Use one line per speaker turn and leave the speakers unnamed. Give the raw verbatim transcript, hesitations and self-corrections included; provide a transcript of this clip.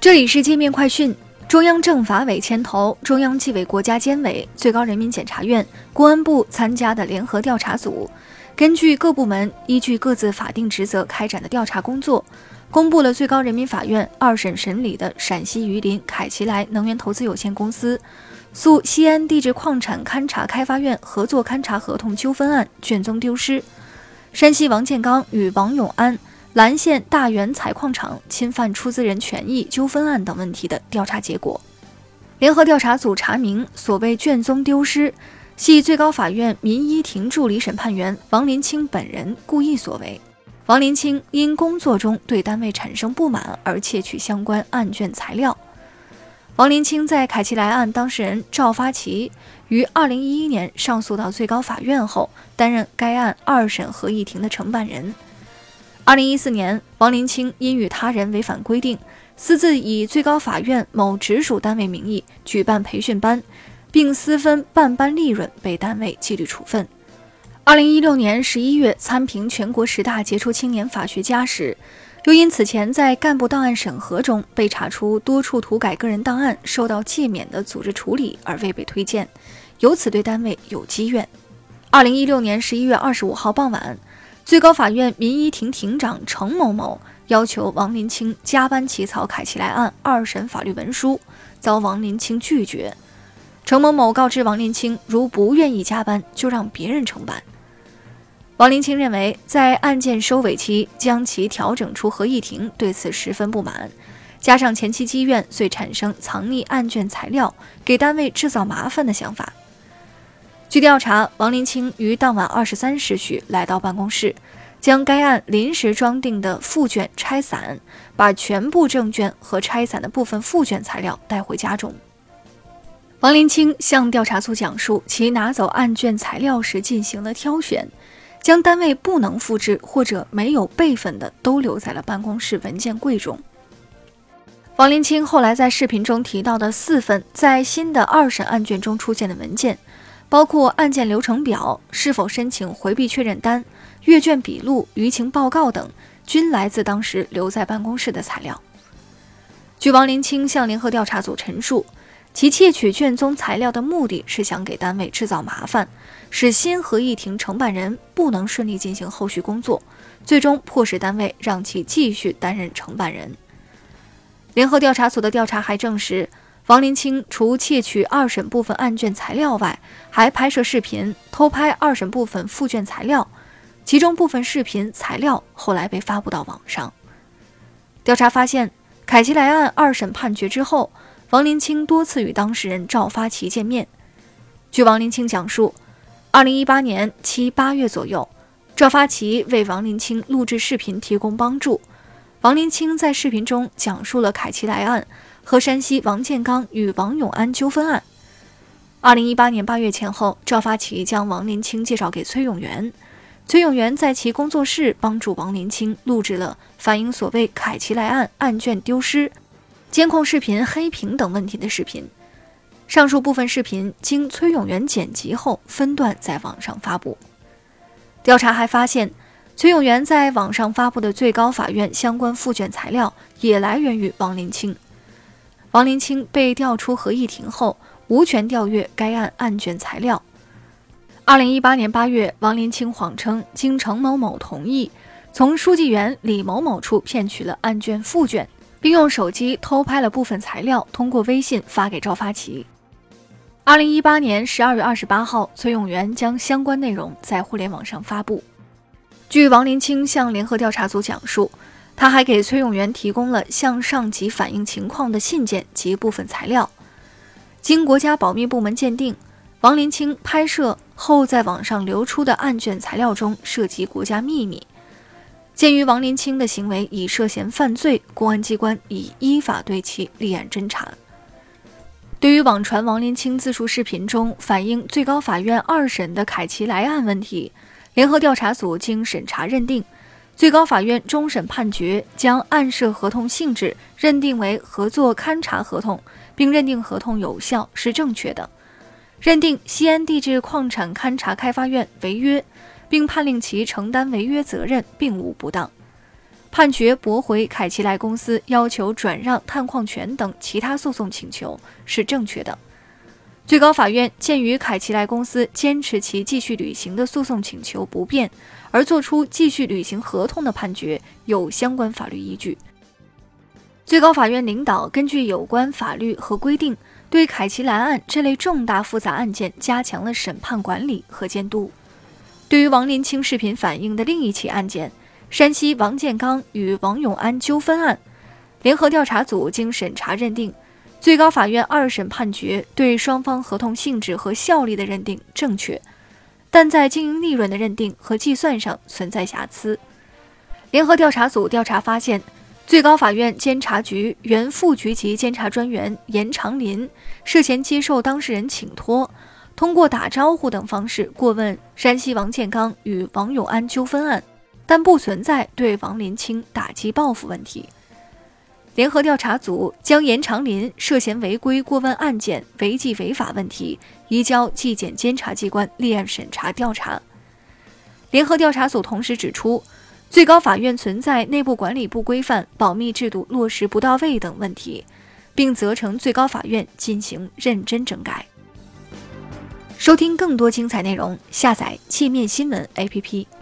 这里是界面快讯。中央政法委牵头，中央纪委国家监委、最高人民检察院、公安部参加的联合调查组，根据各部门依据各自法定职责开展的调查工作，公布了最高人民法院二审审理的陕西榆林凯奇莱能源投资有限公司诉西安地质矿产勘察开发院合作勘察合同纠纷案卷宗丢失，山西王建刚与王永安兰县大源采矿场侵犯出资人权益纠纷案等问题的调查结果。联合调查组查明，所谓卷宗丢失系最高法院民一庭助理审判员王林清本人故意所为。王林清因工作中对单位产生不满而窃取相关案卷材料。王林清在凯奇莱案当事人赵发奇于二零一一年上诉到最高法院后，担任该案二审合议庭的承办人。二零一四年，王林清因与他人违反规定，私自以最高法院某直属单位名义举办培训班，并私分办班利润，被单位纪律处分。二零一六年十一月参评全国十大杰出青年法学家时，又因此前在干部档案审核中被查出多处涂改个人档案受到诫免的组织处理而未被推荐，由此对单位有积怨。二零一六年十一月二十五号傍晚，最高法院民一庭庭长程某某要求王林清加班起草凯奇莱案二审法律文书，遭王林清拒绝。程某某告知王林清，如不愿意加班，就让别人承办。王林清认为，在案件收尾期将其调整出合议庭，对此十分不满，加上前期积怨，遂产生藏匿案卷材料，给单位制造麻烦的想法。据调查，王林清于当晚二十三时许来到办公室，将该案临时装订的附卷拆散，把全部正卷和拆散的部分附卷材料带回家中。王林清向调查组讲述其拿走案卷材料时进行了挑选，将单位不能复制或者没有备份的都留在了办公室文件柜中。王林清后来在视频中提到的四份在新的二审案卷中出现的文件，包括案件流程表、是否申请回避确认单、阅卷笔录、舆情报告等，均来自当时留在办公室的材料。据王林清向联合调查组陈述，其窃取卷宗材料的目的是想给单位制造麻烦，使新合议庭承办人不能顺利进行后续工作，最终迫使单位让其继续担任承办人。联合调查组的调查还证实，王林清除窃取二审部分案卷材料外，还拍摄视频偷拍二审部分附卷材料，其中部分视频材料后来被发布到网上。调查发现，凯奇莱案二审判决之后，王林清多次与当事人赵发奇见面。据王林清讲述，二零一八年七八月左右，赵发奇为王林清录制视频提供帮助。王林清在视频中讲述了凯奇莱案和山西王建刚与王永安纠纷案。二零一八年八月前后，赵发奇将王林清介绍给崔永元，崔永元在其工作室帮助王林清录制了反映所谓凯奇莱案案卷丢失、监控视频黑屏等问题的视频。上述部分视频经崔永元剪辑后分段在网上发布。调查还发现，崔永元在网上发布的最高法院相关附卷材料也来源于王林清。王林清被调出合议庭后，无权调阅该案案卷材料。二零一八年八月，王林清谎称经程某某同意，从书记员李某某处骗取了案卷附卷，并用手机偷拍了部分材料，通过微信发给赵发奇。二零一八年十二月二十八号，崔永元将相关内容在互联网上发布。据王林清向联合调查组讲述，他还给崔永元提供了向上级反映情况的信件及部分材料。经国家保密部门鉴定，王林清拍摄后在网上流出的案卷材料中涉及国家秘密。鉴于王林清的行为已涉嫌犯罪，公安机关已依法对其立案侦查。对于网传王林清自述视频中反映最高法院二审的凯奇莱案问题，联合调查组经审查认定，最高法院终审判决将案涉合同性质认定为合作勘察合同，并认定合同有效是正确的，认定西安地质矿产勘察开发院违约，并判令其承担违约责任，并无不当。 判决驳回凯奇莱公司要求转让探矿权等其他诉讼请求是正确的。最高法院鉴于凯奇莱公司坚持其继续履行的诉讼请求不变，而作出继续履行合同的判决，有相关法律依据。最高法院领导根据有关法律和规定，对凯奇莱案这类重大复杂案件加强了审判管理和监督。对于王林清视频反映的另一起案件，山西王建刚与王永安纠纷案，联合调查组经审查认定，最高法院二审判决对双方合同性质和效力的认定正确，但在经营利润的认定和计算上存在瑕疵。联合调查组调查发现，最高法院监察局原副局级监察专员严长林涉嫌接受当事人请托，通过打招呼等方式过问山西王建刚与王永安纠纷案，但不存在对王林清打击报复问题。联合调查组将严长林涉嫌违规过问案件违纪违法问题移交纪检监察机关立案审查调查。联合调查组同时指出，最高法院存在内部管理不规范、保密制度落实不到位等问题，并责成最高法院进行认真整改。收听更多精彩内容，下载界面新闻 A P P。